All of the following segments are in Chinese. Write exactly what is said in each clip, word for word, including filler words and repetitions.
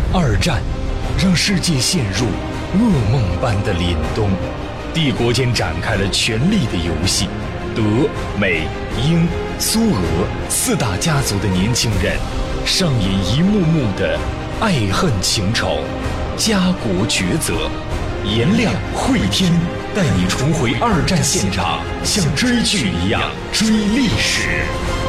二战让世界陷入噩梦般的凛冬，帝国间展开了权力的游戏。德、美、英、苏、俄四大家族的年轻人上演一幕幕的爱恨情仇、家国抉择。颜亮、慧天带你重回二战现场，像追剧一样追历史。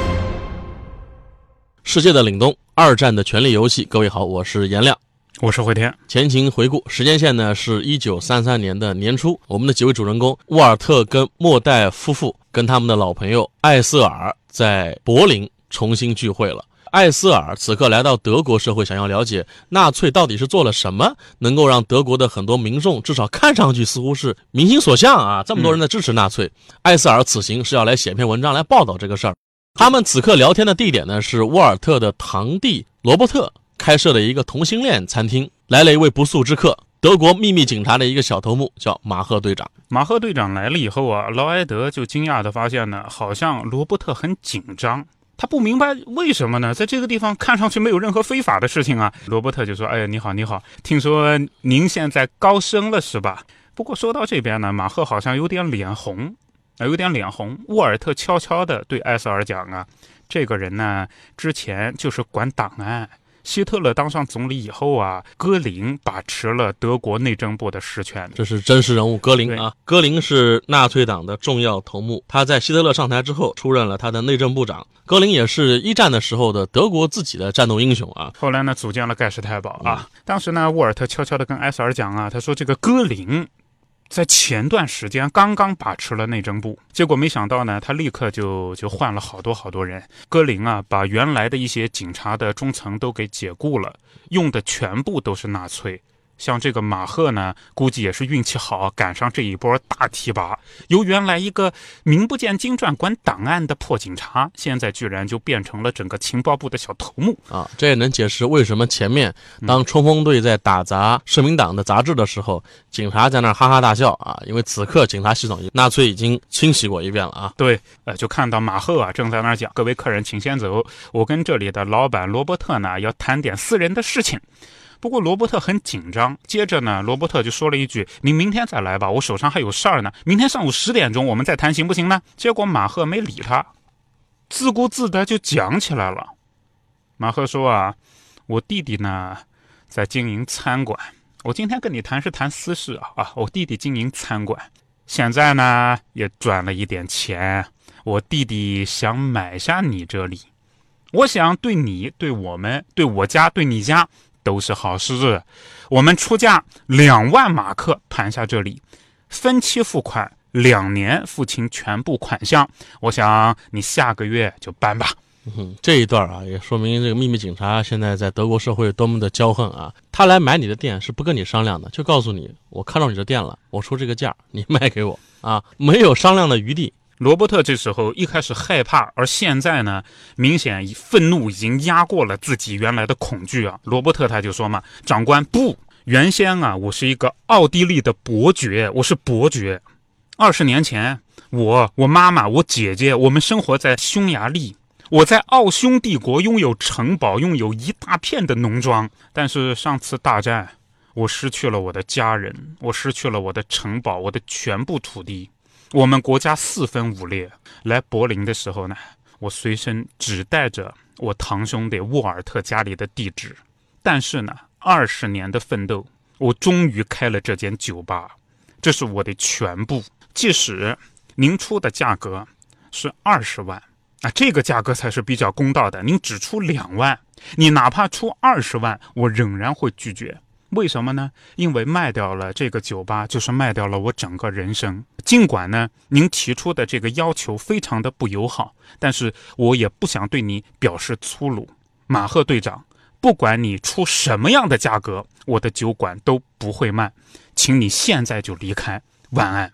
世界的凛冬，二战的权力游戏。各位好，我是颜亮， 我是慧天。 前情回顾，时间线呢是一九三三年的年初，我们的几位主人公沃尔特跟莫代夫妇跟他们的老朋友艾瑟尔在柏林重新聚会了。艾瑟尔此刻来到德国社会，想要了解纳粹到底是做了什么，能够让德国的很多民众至少看上去似乎是民心所向啊，这么多人在支持纳粹。嗯、艾瑟尔此行是要来写篇文章来报道这个事儿。他们此刻聊天的地点呢是沃尔特的堂弟罗伯特开设的一个同性恋餐厅，来了一位不速之客，德国秘密警察的一个小头目，叫马赫队长。 马赫队长来了以后啊，劳埃德就惊讶地发现呢，好像罗伯特很紧张。他不明白为什么呢？在这个地方看上去没有任何非法的事情啊。罗伯特就说：“哎呀，你好，你好，听说您现在高升了是吧？”不过说到这边呢，马赫好像有点脸红，有点脸红。沃尔特悄悄地对艾瑟尔讲啊，这个人呢，之前就是管档案。希特勒当上总理以后啊，戈林把持了德国内政部的实权。 这是真实人物戈林啊，戈林是纳粹党的重要头目，他在希特勒上台之后出任了他的内政部长。戈林也是一战的时候的德国自己的战斗英雄啊。 后来呢，组建了盖世太保啊。嗯、当时呢，沃尔特悄悄地跟艾瑟尔讲啊，他说这个戈林在前段时间刚刚把持了内政部，结果没想到呢，他立刻就就换了好多好多人。戈林啊，把原来的一些警察的中层都给解雇了，用的全部都是纳粹。像这个马赫呢，估计也是运气好，赶上这一波大提拔，由原来一个名不见经传管档案的破警察，现在居然就变成了整个情报部的小头目啊！这也能解释为什么前面当冲锋队在打砸社民党的杂志的时候，嗯、警察在那儿哈哈大笑啊！因为此刻警察系统纳粹已经清洗过一遍了啊！ 对，呃，就看到马赫啊正在那儿讲：“各位客人，请先走，我跟这里的老板罗伯特呢要谈点私人的事情。”不过罗伯特很紧张，接着呢，罗伯特就说了一句：“您明天再来吧，我手上还有事儿呢。明天上午十点钟我们再谈，行不行呢？”结果马赫没理他，自顾自的就讲起来了。马赫说啊，我弟弟呢在经营餐馆，我今天跟你谈是谈私事啊啊，我弟弟经营餐馆，现在呢也赚了一点钱，我弟弟想买下你这里，我想对你、对我们、对我家、对你家。都是好事，我们出价两万马克盘下这里，分期付款，两年付清全部款项。我想你下个月就搬吧。 嗯，这一段啊，也说明这个秘密警察现在在德国社会多么的骄横啊！他来买你的店是不跟你商量的，就告诉你，我看到你的店了，我出这个价，你卖给我啊，没有商量的余地。 罗伯特这时候一开始害怕，而现在呢，明显愤怒已经压过了自己原来的恐惧啊。罗伯特他就说嘛：“长官，不，原先啊，我是一个奥地利的伯爵，我是伯爵。二十年前，我、我妈妈、我姐姐，我们生活在匈牙利。我在奥匈帝国拥有城堡，拥有一大片的农庄。但是上次大战，我失去了我的家人，我失去了我的城堡，我的全部土地。”我们国家四分五裂，来柏林的时候呢，我随身只带着我堂兄弟沃尔特家里的地址。但是呢，二十年的奋斗，我终于开了这间酒吧，这是我的全部。即使您出的价格是二十万，啊，这个价格才是比较公道的。您只出两万，你哪怕出二十万，我仍然会拒绝。为什么呢？因为卖掉了这个酒吧，就是卖掉了我整个人生。尽管呢，您提出的这个要求非常的不友好，但是我也不想对你表示粗鲁。马赫队长，不管你出什么样的价格，我的酒馆都不会卖，请你现在就离开。晚安。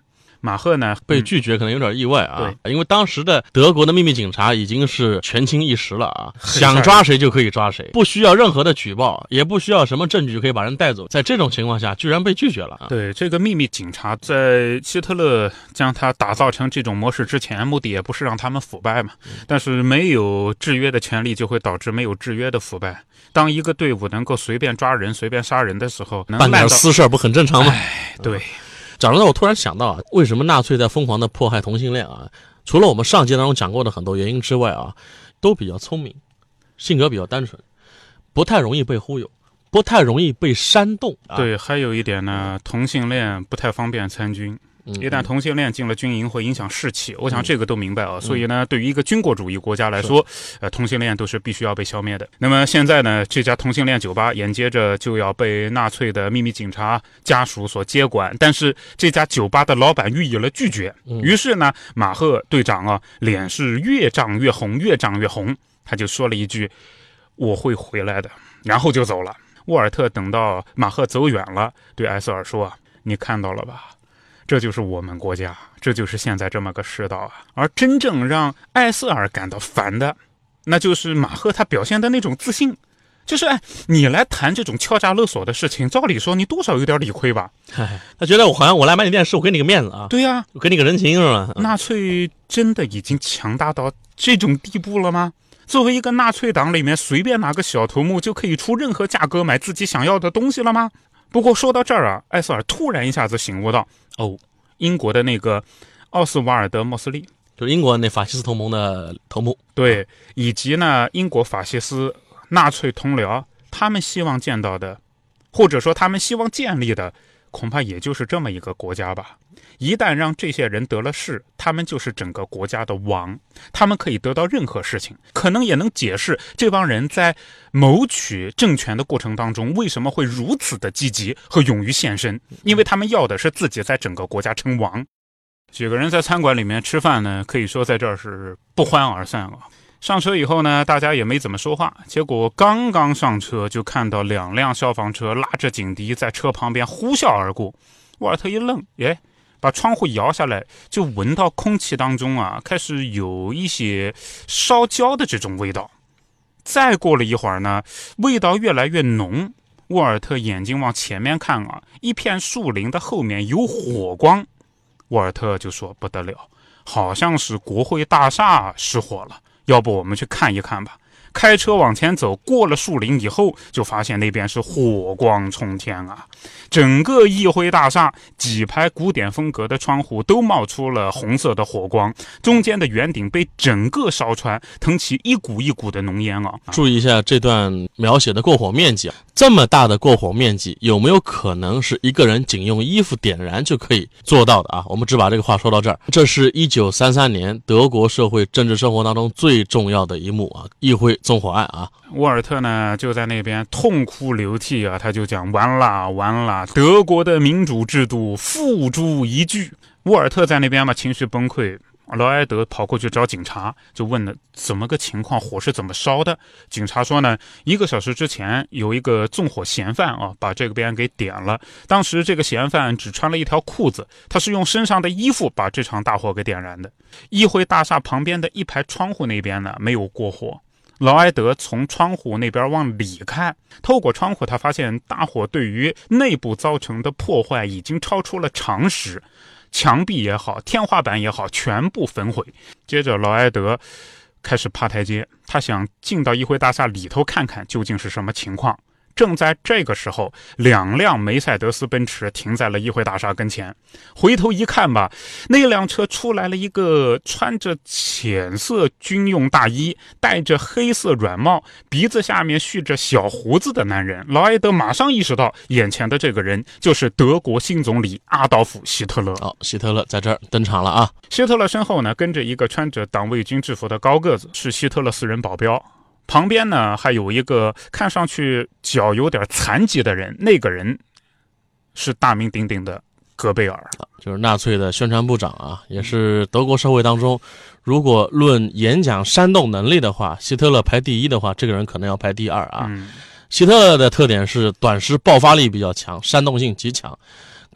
马赫呢被拒绝可能有点意外啊， 嗯、 因为当时的德国的秘密警察已经是权倾一时了啊，想抓谁就可以抓谁，不需要任何的举报，也不需要什么证据可以把人带走，在这种情况下居然被拒绝了啊。 对，这个秘密警察在希特勒将他打造成这种模式之前，目的也不是让他们腐败嘛，但是没有制约的权利就会导致没有制约的腐败。当一个队伍能够随便抓人随便杀人的时候，能办点私事不很正常吗？ 对。 讲到这，我突然想到啊，为什么纳粹在疯狂的迫害同性恋啊？除了我们上节当中讲过的很多原因之外啊，都比较聪明，性格比较单纯，不太容易被忽悠，不太容易被煽动。啊、 对，还有一点呢，同性恋不太方便参军。一旦同性恋进了军营会影响士气，我想这个都明白啊。所以呢，对于一个军国主义国家来说，呃，同性恋都是必须要被消灭的。那么现在呢，这家同性恋酒吧眼接着就要被纳粹的秘密警察家属所接管，但是这家酒吧的老板予以了拒绝。于是呢，马赫队长啊，脸是越涨越红，越涨越红，他就说了一句：“我会回来的。”然后就走了。沃尔特等到马赫走远了，对埃塞尔说：“你看到了吧？这就是我们国家，这就是现在这么个世道啊！”而真正让埃塞尔感到烦的，那就是马赫他表现的那种自信，就是哎，你来谈这种敲诈勒索的事情，照理说你多少有点理亏吧？ 他觉得我好像我来买你电视，我给你个面子啊。 对呀、啊， 我给你个人情是吧？ 纳粹真的已经强大到这种地步了吗？作为一个纳粹党里面随便哪个小头目就可以出任何价格买自己想要的东西了吗？不过说到这儿啊，埃塞尔突然一下子醒悟到，哦，英国的那个奥斯瓦尔德·莫斯利， 就是英国那法西斯同盟的头目， 对，以及呢英国法西斯纳粹同僚，他们希望见到的，或者说他们希望建立的，恐怕也就是这么一个国家吧。一旦让这些人得了势，他们就是整个国家的王，他们可以得到任何事情，可能也能解释这帮人在谋取政权的过程当中为什么会如此的积极和勇于献身，因为他们要的是自己在整个国家称王。几个人在餐馆里面吃饭呢，可以说在这儿是不欢而散啊。上车以后呢，大家也没怎么说话，结果刚刚上车就看到两辆消防车拉着警笛在车旁边呼啸而过。沃尔特一愣，耶，把窗户摇下来，就闻到空气当中啊，开始有一些烧焦的这种味道。再过了一会儿呢，味道越来越浓。沃尔特眼睛往前面看啊，一片树林的后面有火光。沃尔特就说：“不得了，好像是国会大厦失火了，要不我们去看一看吧。”开车往前走，过了树林以后，就发现那边是火光冲天啊！整个议会大厦几排古典风格的窗户都冒出了红色的火光，中间的圆顶被整个烧穿，腾起一股一股的浓烟啊！ 注意一下这段描写的过火面积啊，这么大的过火面积，有没有可能是一个人仅用衣服点燃就可以做到的啊？我们只把这个话说到这儿。这是一九三三年德国社会政治生活当中最重要的一幕啊，议会纵火案啊。 沃尔特呢就在那边痛哭流涕啊，他就讲完了完了，德国的民主制度付诸一炬。沃尔特在那边嘛情绪崩溃，劳埃德跑过去找警察，就问了怎么个情况，火是怎么烧的。警察说呢，一个小时之前有一个纵火嫌犯啊，把这个边给点了。当时这个嫌犯只穿了一条裤子，他是用身上的衣服把这场大火给点燃的。议会大厦旁边的一排窗户那边呢没有过火。劳埃德从窗户那边往里看，透过窗户他发现大火对于内部造成的破坏已经超出了常识，墙壁也好，天花板也好，全部焚毁。接着劳埃德开始爬台阶，他想进到议会大厦里头看看究竟是什么情况。正在这个时候，两辆梅赛德斯奔驰停在了议会大厦跟前。回头一看吧，那辆车出来了一个穿着浅色军用大衣，戴着黑色软帽，鼻子下面蓄着小胡子的男人。劳埃德马上意识到，眼前的这个人就是德国新总理阿道夫·希特勒。 哦，希特勒在这儿登场了啊！ 希特勒身后呢，跟着一个穿着党卫军制服的高个子，是希特勒私人保镖。旁边呢还有一个看上去脚有点残疾的人，那个人是大名鼎鼎的戈贝尔， 就是纳粹的宣传部长啊，也是德国社会当中，如果论演讲煽动能力的话，希特勒排第一的话，这个人可能要排第二啊。 嗯， 希特勒的特点是短时爆发力比较强，煽动性极强。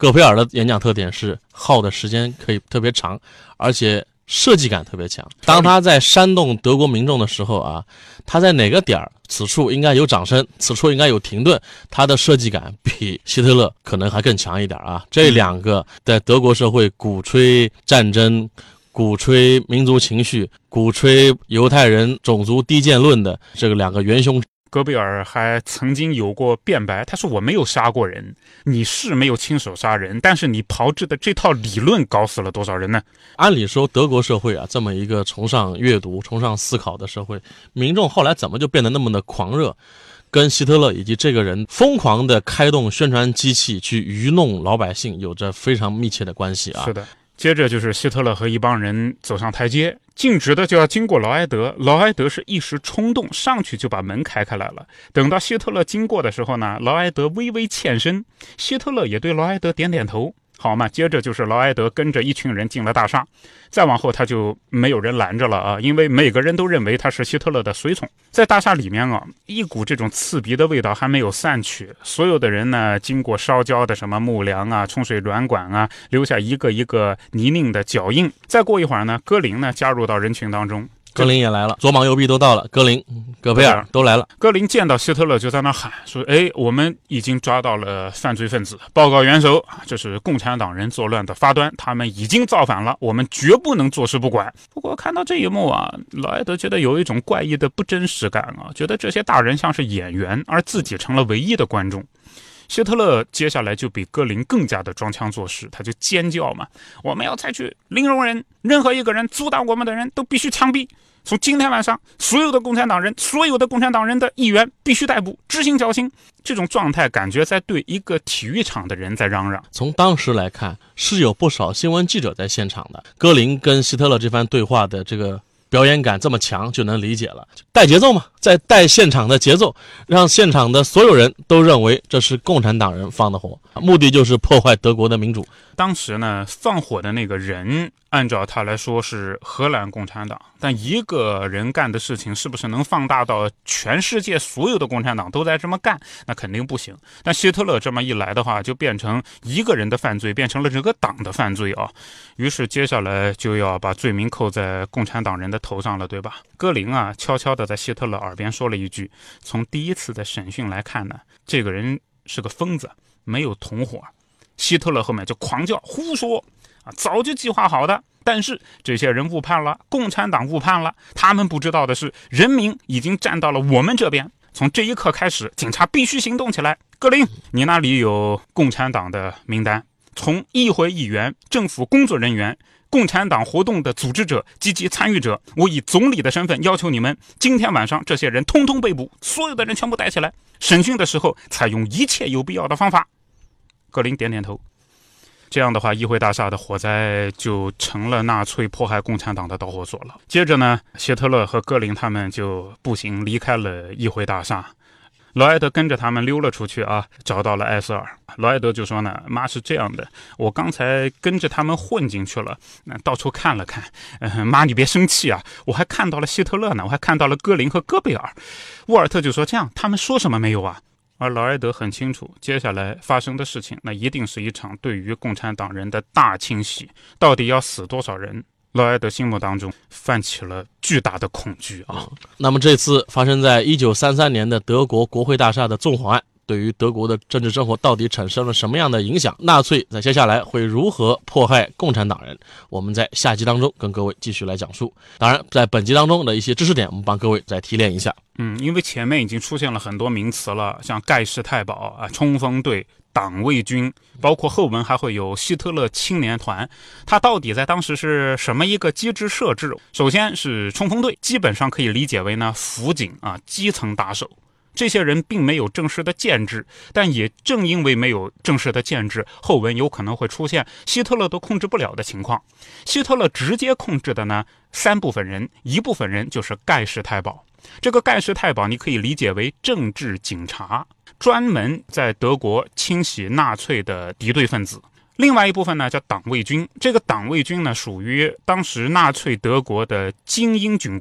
戈培尔的演讲特点是耗的时间可以特别长，而且设计感特别强。当他在煽动德国民众的时候啊，他在哪个点儿，此处应该有掌声，此处应该有停顿，他的设计感比希特勒可能还更强一点啊。这两个在德国社会鼓吹战争、鼓吹民族情绪、鼓吹犹太人种族低贱论的这个两个元凶。 戈贝尔还曾经有过辩白，他说我没有杀过人，你是没有亲手杀人，但是你炮制的这套理论搞死了多少人呢？ 按理说德国社会啊，这么一个崇尚阅读、崇尚思考的社会，民众后来怎么就变得那么的狂热，跟希特勒以及这个人疯狂的开动宣传机器去愚弄老百姓有着非常密切的关系啊。 是的。接着就是希特勒和一帮人走上台阶，径直的就要经过劳埃德，劳埃德是一时冲动，上去就把门开开来了。等到希特勒经过的时候呢，劳埃德微微欠身，希特勒也对劳埃德点点头。好嘛，接着就是劳埃德跟着一群人进了大厦，再往后他就没有人拦着了啊，因为每个人都认为他是希特勒的随从。在大厦里面啊，一股这种刺鼻的味道还没有散去，所有的人呢，经过烧焦的什么木梁啊、冲水软管啊，留下一个一个泥泞的脚印。再过一会儿呢，戈林呢加入到人群当中。 戈林也来了，左膀右臂都到了，戈林、戈培尔都来了。 戈林见到希特勒就在那喊说：“哎，我们已经抓到了犯罪分子，报告元首，这是共产党人作乱的发端，他们已经造反了，我们绝不能坐视不管。”不过看到这一幕啊，劳埃德觉得有一种怪异的不真实感啊，觉得这些大人像是演员，而自己成了唯一的观众。希特勒接下来就比戈林更加的装腔作势，他就尖叫嘛，我们要采取零容忍，任何一个人阻挡我们的人都必须枪毙。从今天晚上，所有的共产党人，所有的共产党人的议员必须逮捕，执行绞刑。这种状态感觉在对一个体育场的人在嚷嚷。 从当时来看，是有不少新闻记者在现场的。戈林跟希特勒这番对话的这个表演感这么强，就能理解了，带节奏嘛，在带现场的节奏，让现场的所有人都认为这是共产党人放的火，目的就是破坏德国的民主。 当时呢，放火的那个人按照他来说是荷兰共产党，但一个人干的事情是不是能放大到全世界所有的共产党都在这么干，那肯定不行。但希特勒这么一来的话，就变成一个人的犯罪变成了整个党的犯罪啊。于是接下来就要把罪名扣在共产党人的头上了，对吧？戈林啊悄悄地在希特勒耳边说了一句，从第一次的审讯来看呢，这个人是个疯子，没有同伙。希特勒后面就狂叫胡说啊，早就计划好的。但是这些人误判了，共产党误判了，他们不知道的是，人民已经站到了我们这边。从这一刻开始，警察必须行动起来。戈林，你那里有共产党的名单，从议会议员、政府工作人员、共产党活动的组织者、积极参与者，我以总理的身份要求你们，今天晚上这些人通通被捕，所有的人全部逮起来，审讯的时候采用一切有必要的方法。戈林点点头。这样的话，议会大厦的火灾就成了纳粹迫害共产党的导火索了。接着呢，希特勒和戈林他们就步行离开了议会大厦。劳埃德跟着他们溜了出去啊，找到了艾瑟尔。劳埃德就说呢，妈是这样的，我刚才跟着他们混进去了，到处看了看。呃、妈你别生气啊，我还看到了希特勒呢，我还看到了戈林和戈贝尔。沃尔特就说，这样他们说什么没有啊？而劳埃德很清楚，接下来发生的事情，那一定是一场对于共产党人的大清洗。到底要死多少人？劳埃德心目当中泛起了巨大的恐惧啊！ 那么这次发生在一九三三年的德国国会大厦的纵火案，对于德国的政治生活到底产生了什么样的影响？纳粹在接下来会如何迫害共产党人？我们在下集当中跟各位继续来讲述。当然，在本集当中的一些知识点，我们帮各位再提炼一下。 嗯，因为前面已经出现了很多名词了，像盖世太保啊、冲锋队、党卫军，包括后文还会有希特勒青年团，它到底在当时是什么一个机制设置？首先是冲锋队，基本上可以理解为呢辅警啊，基层打手。这些人并没有正式的建制，但也正因为没有正式的建制，后文有可能会出现希特勒都控制不了的情况。希特勒直接控制的呢三部分人，一部分人就是盖世太保。这个盖世太保你可以理解为政治警察，专门在德国清洗纳粹的敌对分子。另外一部分呢叫党卫军，这个党卫军呢属于当时纳粹德国的精英军官。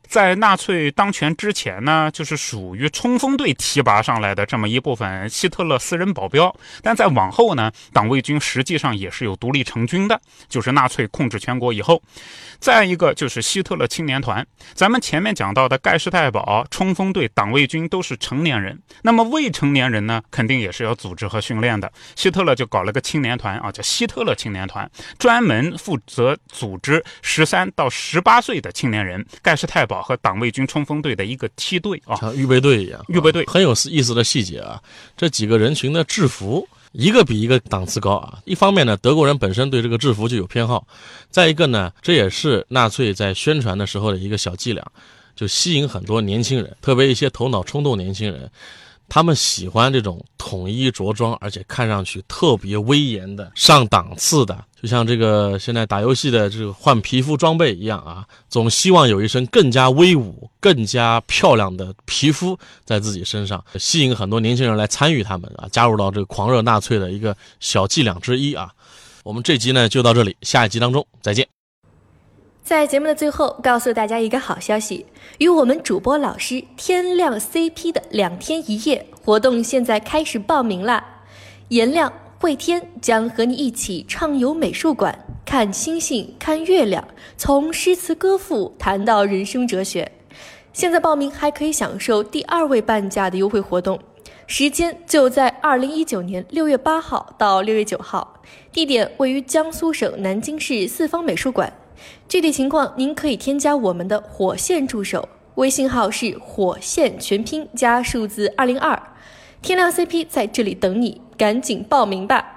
在纳粹当权之前呢，就是属于冲锋队提拔上来的这么一部分希特勒私人保镖，但在往后呢，党卫军实际上也是有独立成军的，就是纳粹控制全国以后。再一个就是希特勒青年团，咱们前面讲到的盖世太保、冲锋队、党卫军都是成年人，那么未成年人呢，肯定也是要组织和训练的。希特勒就搞了个青年团啊，叫希特勒青年团，专门负责组织十三到十八岁的青年人，盖世太保和党卫军冲锋队的一个梯队啊， 像预备队一样。 预备队、 啊、很有意思的细节啊，这几个人群的制服一个比一个档次高啊！一方面呢，德国人本身对这个制服就有偏好；再一个呢，这也是纳粹在宣传的时候的一个小伎俩，就吸引很多年轻人，特别一些头脑冲动年轻人，他们喜欢这种统一着装，而且看上去特别威严的、上档次的，就像这个现在打游戏的这个换皮肤装备一样啊，总希望有一身更加威武、更加漂亮的皮肤在自己身上，吸引很多年轻人来参与他们啊，加入到这个狂热纳粹的一个小伎俩之一啊。我们这集呢就到这里，下一集当中再见。 在节目的最后告诉大家一个好消息，与我们主播老师天亮 C P 的两天一夜活动现在开始报名啦！颜亮、慧天将和你一起畅游美术馆，看星星，看月亮，从诗词歌赋谈到人生哲学。现在报名还可以享受第二位半价的优惠活动，时间就在二零一九年六月八号到六月九号，地点位于江苏省南京市四方美术馆。具体情况您可以添加我们的火线助手，微信号是火线全拼加数字二零二，天亮 C P 在这里等你，赶紧报名吧。